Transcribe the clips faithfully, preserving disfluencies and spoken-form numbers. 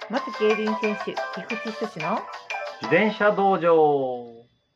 元競輪選手、菊池仁の自転車道場。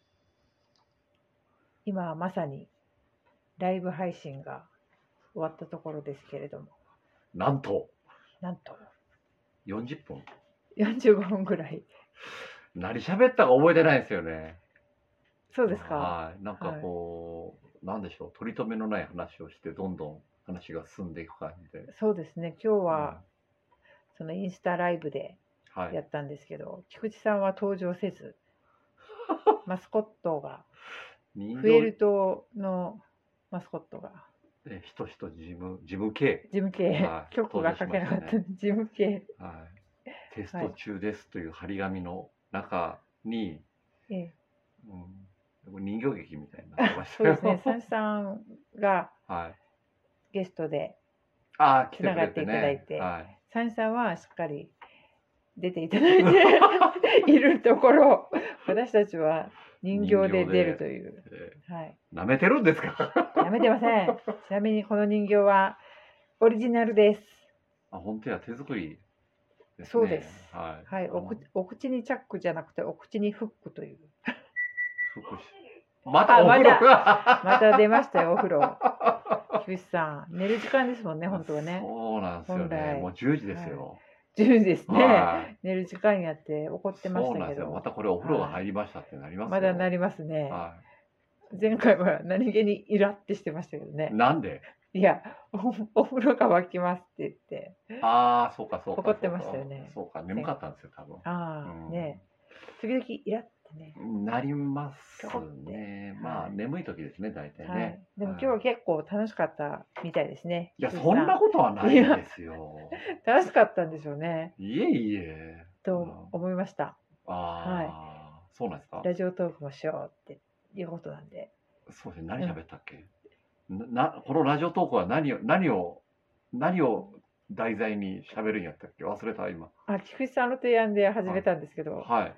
今はまさにライブ配信が終わったところですけれども、 なんとなんとよんじゅっぷん。 よんじゅうごふんぐらい。 何喋ったか覚えてないんですよね。 そうですか。 はい。なんかこう、なんでしょう、取り留めのない話をしてどんどん話が進んでいく感じで。 そうですね。今日はうんそのインスタライブではい。 やったんですけど、菊池さんは登場せず、マスコットが人フエル形島のマスコットがでひとひと事務事務系、 事務系、 はい曲が書けなかった、 登場しま事務系。 はい、テスト中ですという張り紙の中に、 ええ、 うん、でも人形劇みたいになってましたよ。 そうですね。三枝さんがはい。 ゲストでああ、来つてくれてながっていただいね。 て、 はい。 三枝さんはしっかり出ていただいているところを私たちは人形で出るという。 えはい。 ー、舐めてるんですか？ やめてません。ちなみにこの人形はオリジナルです。 あ、本当や、手作りですね。 そうです。 はい。 はい。お口お口にチャックじゃなくてお口にフックという。 福祉またお風呂がまた出ましたよ、お風呂。菊池さん、寝る時間ですもんね、本当はね。 そうなんですよね。もうじゅうじですよ。 じゅうじですね。 はい寝る時間やって怒ってましたけど。 またこれお風呂が入りましたってなりますよ。 まだなりますね。 は前回は何気にイラってしてましたけどね。 なんで？ いや、おお風呂が沸きますって言って。 ああ、そうかそうか。 怒ってましたよね。 そうか、眠かったんですよ、多分。 ああ、ね。時々イラってね。 なりますね。まあ、眠い時ですね、大体ね。 でも今日は結構楽しかったみたいですね。 いや、そんなことはないですよ。 楽しかったんでしょうね。 いえいえ。 と思いました。 ああ、そうなんですか。 ラジオトークもしようっていうことなんで。 そうですね、何喋ったっけ？な、このラジオトークは何を、何を、何を題材に喋るんやったっけ？忘れた、今。 あ、菊池さんの提案で始めたんですけど、 はい。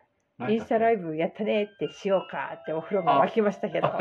インスタライブやったねってしようかってお風呂が沸きましたけど。お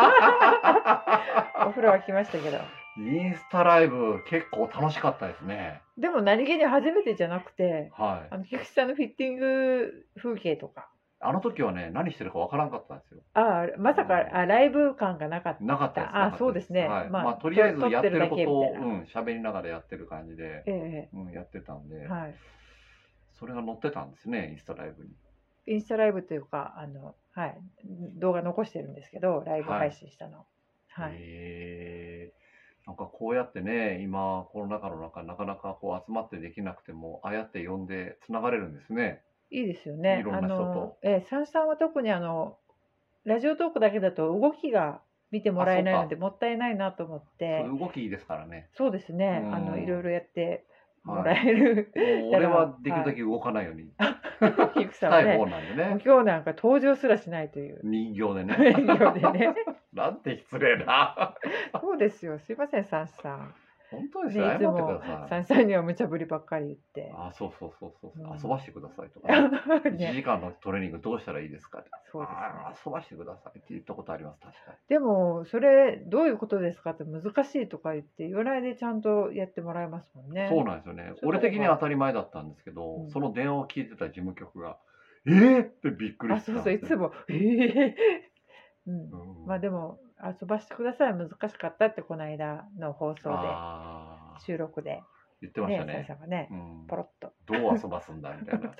風呂沸きましたけど。 インスタライブ結構楽しかったですね。 でも何気に初めてじゃなくて、 はい。 あの菊池さんのフィッティング風景とか。 あの時はね、何してるかわからんかったんですよ。 ああ、まさか、あ、ライブ感がなかった。 なかったです。 あ、そうですね。 はい、 まあ、 まあ、とりあえずやってることを、 ううん、喋りながらやってる感じで、 ええ、 うん、やってたんで、 はい。 それが載ってたんですね、インスタライブに。 インスタライブというか、あの、はい、動画残してるんですけど、ライブ配信したの。 はい。へー。なんかこうやってね、今、コロナ禍の中、なかなかこう集まってできなくても、ああやって呼んでつながれるんですね。 いいですよね。 いろんな人と。 あの、えー、サンさんは特にあの、ラジオトークだけだと動きが見てもらえないので、もったいないなと思って。 そう動きいいですからね。 そうですね。あの、いろいろやってもらえる。 はい、もう俺はできるだけ動かないように。 菊さんはね、 方なんでね。 今日なんか登場すらしないという。 人形でね。 人形でね。 なんて失礼な。 そうですよ。すいません、サンさん。 本当ですよ。 ね、いつもサンさんには無茶ぶりばっかり言って。 あ、そうそうそうそう。うん、遊ばしてくださいとか、ね。いちじかんのトレーニングどうしたらいいですかって。 そうですね。 遊ばしてくださいって言ったことあります、確かに。 でも、それどういうことですかって難しいとか言って言わないでちゃんとやってもらえますもんね。 そうなんですよね。俺的には当たり前だったんですけど、うん、その電話を聞いてた事務局が、えーってびっくりした、ね。 あ、そうそう、いつも、えーうん、うん、まあでも、遊ばしてください難しかったってこの間の放送で収録で言ってましたね。 ね、さんがね、うん、ポロッとどう遊ばすんだみたいな。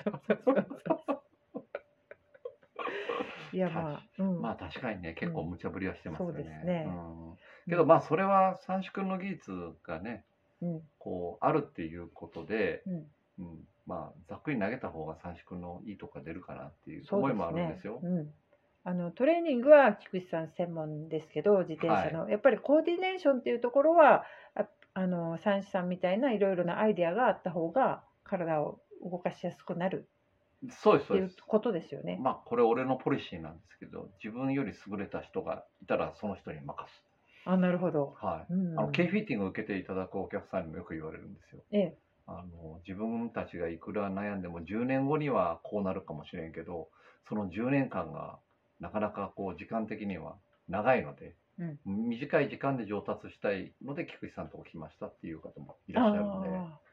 いやまあ、 うん、まあ確かにね、結構無茶ぶりはしてますよね。うん、そうですね。 うん、けどまあそれは三種君の技術がね、うん、こうあるっていうことで、うんうん、まあざっくり投げた方が三種君のいいとこが出るかなっていう思いもあるんですよ。 あのトレーニングは菊池さん専門ですけど、自転車の、はい、やっぱりコーディネーションっていうところはああの三枝さんみたいないろいろなアイデアがあった方が体を動かしやすくなるそうですっていうことですよね。 まあこれ俺のポリシーなんですけど、自分より優れた人がいたらその人に任す。 あ、なるほど。 はい。うん、あの K フィッティングを受けていただくお客さんにもよく言われるんですよ。ええ、あの自分たちがいくら悩んでもじゅうねんごにはこうなるかもしれんけど、そのじゅうねんかんがなかなかこう時間的には長いので、うん、短い時間で上達したいので菊池さんのとこ来ましたっていう方もいらっしゃるので、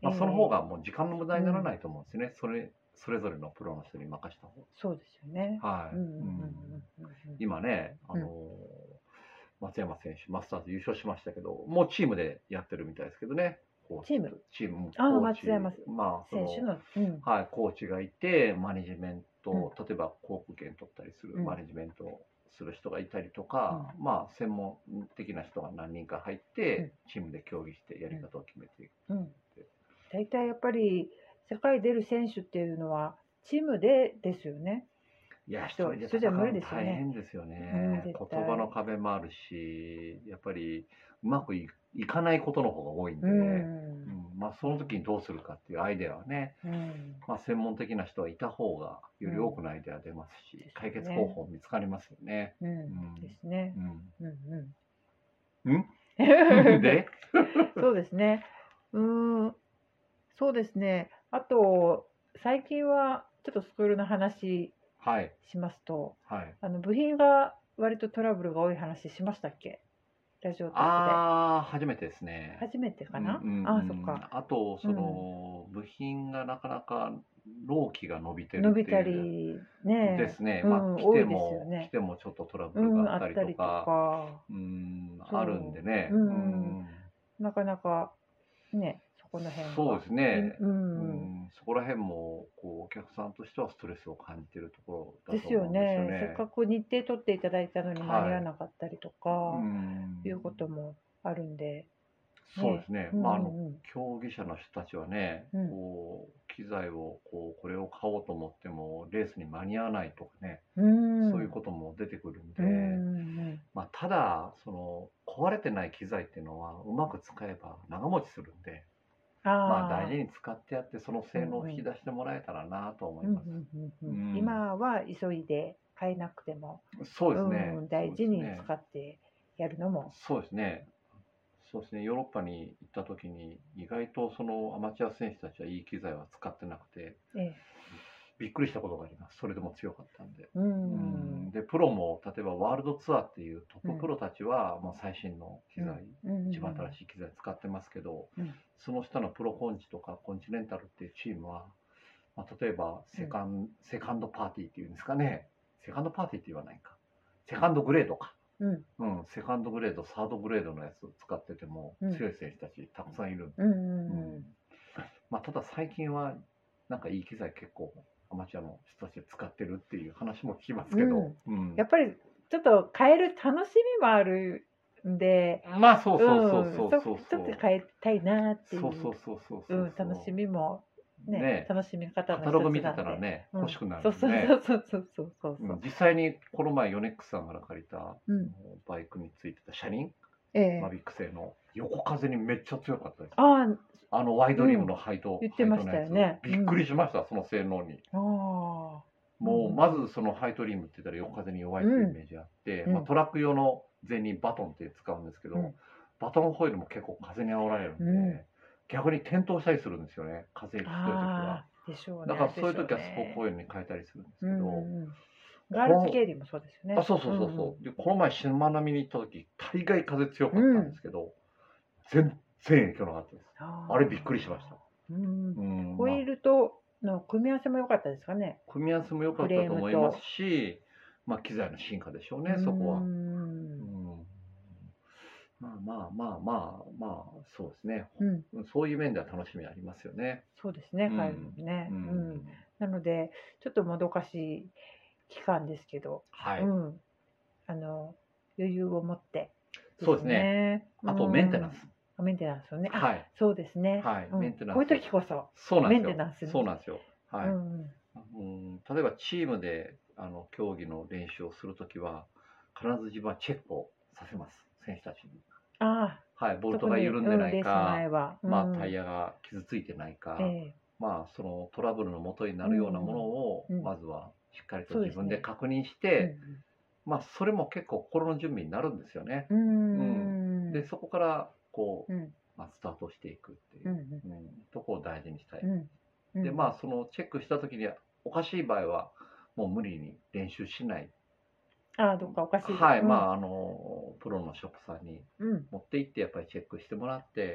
まあ、その方がもう時間の無駄にならないと思うんですよね、それそれぞれのプロの人に任した方が。 そうですよね。 はい、 うんうんうんうんうんうん今ね、あのー松山選手、マスターズ優勝しましたけど、もうチームでやってるみたいですけどね、コーチチームチームああコーチ松山まあそ選手の、 の、うんはい、コーチがいて、マネジメント、 うん例えば航空券取ったりするうんマネジメントをする人がいたりとか、まあ専門的な人が何人か入って、チームで協議してやり方を決めていく。 うん大体やっぱり世界出る選手っていうのはチームでですよね。 いや、一人人で人じゃ無理戦うの大ですよね。 変ですようんね。 絶対言葉の壁もあるし、やっぱりうまくいいかないことの方が多いんで、 ううんんまあその時にどうするかっていうアイデアはね、 うんまあ、専門的な人がいた方がより多くのアイデア出ますし、 うん解決方法見つかりますよね。 うんうんですね。 うんうんうんうんで、 そうですね。うーん、そうですね。あと、最近はちょっとスクールの話はいしますと、 はい。 あの部品が割とトラブルが多い話しましたっけ？ラジオトークで。 ああ、初めてですね。 初めてかな？ うんうんうんああ、そっか。 あと、その、部品がなかなか納期が伸びてる伸びたっていうりでね、 すね。 うまあ、来てん多いですよも、来ね。 てもちょっとトラブルうん、 があったりあったりととか、 か、 うん、 そうあるんでね。 ううんん。 なかなかね、そこの辺が。 そうですね。 ううんん、そこら辺も、こう、お客さんとしてはストレスを感じているところですよだと思うんですよね。せっね。 かく日程取っていただいたのに間に合わはい。 なかったりとうか、 ん。 いうこともあるんで、ね。 そうですね。 うんまあ、あの、 うん競技者の人たちはね、 うんこう、機材を、こう、これを買おうと思っても、レースに間に合わないとかね、 うん。 そういうことも出てくるんうで、 んうんまあ、ただ、その、壊れてない機材っていうのは、うまく使えば長持ちするんで、まあ、大ああ、 事に使ってやって、その性能を引き出してもらえたらなと思うんういます。 んうんううんん。 今は急いで買えなくても、 そうですね。 うん、大事にそうですね。 使ってやるのも、 そうですね。そうですね。ヨーロッパに行った時に、意外とそのアマチュア選手たちはいい機材は使ってなくて、 えびっくりしたことがあります。それでも強かったんで。 え、ううんん、 で、プロも、例えばワールドツアーっていうトうんッププロたちは、まあ、最新の機材、 うん一番新しい機材使ってますけど、 うんその下のプロコンチとかコンチネンタルっていうチームは、まあ、例えばセカン、セカンドパーティーっていうんですかね。セカンドパーティーって言わないか。セカンドグレードか。 うんうん、セカンドグレード、サードグレードのやつを使ってても、 うん強い選手たちたくさんいるんで。 うんうんうんまあ、ただ最近は、なんかいい機材結構アマチュアの人たちで使ってるっていう話も聞きますけど、うんやっぱりちょっと変える楽しみもあるんで、 まあそうそうそううんそうそうちょっと変えたいなっていう、 そうそうそうそううん、楽しみもねね楽しみ方カのタログ見て一つなんで、 たらね、 うん欲しくなるそうそうんでね。 そうそうそうそうそううんそう、 実際にこの前ヨネックスさんから借りた、 うんバイクについてた車輪、 ええマビック製の横風にめっちゃ強かったです。 あああのワイドリムのハイト、 言ってましたよねハイトのやつびっくりしました、その性能に。 ああもうまずそのハイトリムって言ったら横風に弱いっていうイメージあって、 うんまあ、トラック用の前輪バトンって使うんですけど、 うんバトンホイールも結構風に煽られるんで、 うん逆に転倒したりするんですよね、風に強い時は。 ああでしょうね。 だからそういう時はでしょスポークホイールに変えたりするんですけど、 うんうんガールズゲイリーもそうですよね。 あそうそうそうそう、でこの前しまなみに行った時大概風強かったんですけど、全然影響なかったです。 ああれびっくりしました。 うんうんホイールとの組み合わせも良かったですかね。 組み合わせも良かったと思いますし、まあ、機材の進化でしょうね、そこは。 ううんんまあまあまあまあまあ、そうですね。 うんそういう面では楽しみありますよね。 そうですね、 うん帰るのね、 ううんんなのでちょっともどかしい期間ですけど、 はい、 うん、あの余裕を持ってそうですね。あとメンテナンス。 うんメンテナンスをね、あはい。 そうですね、 はいうんメンテナンスこういう時こそそうなんですよ。 メンテナンスにそうなんですよ。はい。 うんうん例えばチームであの競技の練習をするときは、必ず自分はチェックをさせます、選手たちに。 ああはい、ボルトが緩んでないレースか、 前は、うんまあ、タイヤが傷ついてないか、 ええまあ、そのトラブルの元になるようなものを、 うんうんまずはしっかりとそうですね自分で確認して、まあ、それも結構心の準備になるんですよね。 うんうんで、そこからこう、 うんまあ、スタートしていくっていう、 うんうんとこを大事にしたい。 うんうんで、まあ、そのチェックした時には、おかしい場合は、もう無理に練習しない。 ああどっかおかしいはい、 うんまあ、あの、プロのショップさんにうん持って行って、やっぱりチェックしてもらって、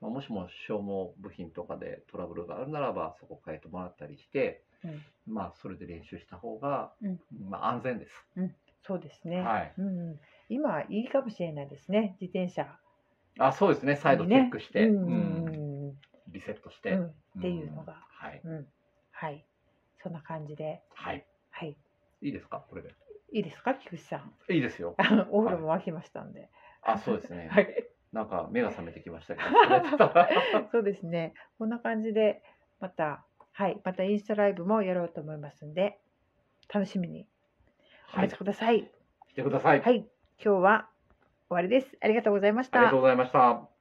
まあ、もしも消耗部品とかでトラブルがあるならばそこ変えてもらったりして、うん、まあそれで練習した方が、うん、まあ安全です。 うん、そうですね。 はい。 うん、今いいかもしれないですね、自転車。 あ、そうですね。再度チェックして、 ね、うんうん、 リセットして、 うん、っていうのが、 はい、 うん、はい、そんな感じで、 はい、 はい。 いいですか、これで。 いいですか、菊池さん。 いいですよ。 お風呂も沸きましたんで。 あ、そうですね。 はい。 なんか目が覚めてきましたけど。 そうですね。こんな感じで、また、はい、またインスタライブもやろうと思いますんで、楽しみにお待ちください。 来てください。 はい、今日は終わりです。ありがとうございました。 ありがとうございました。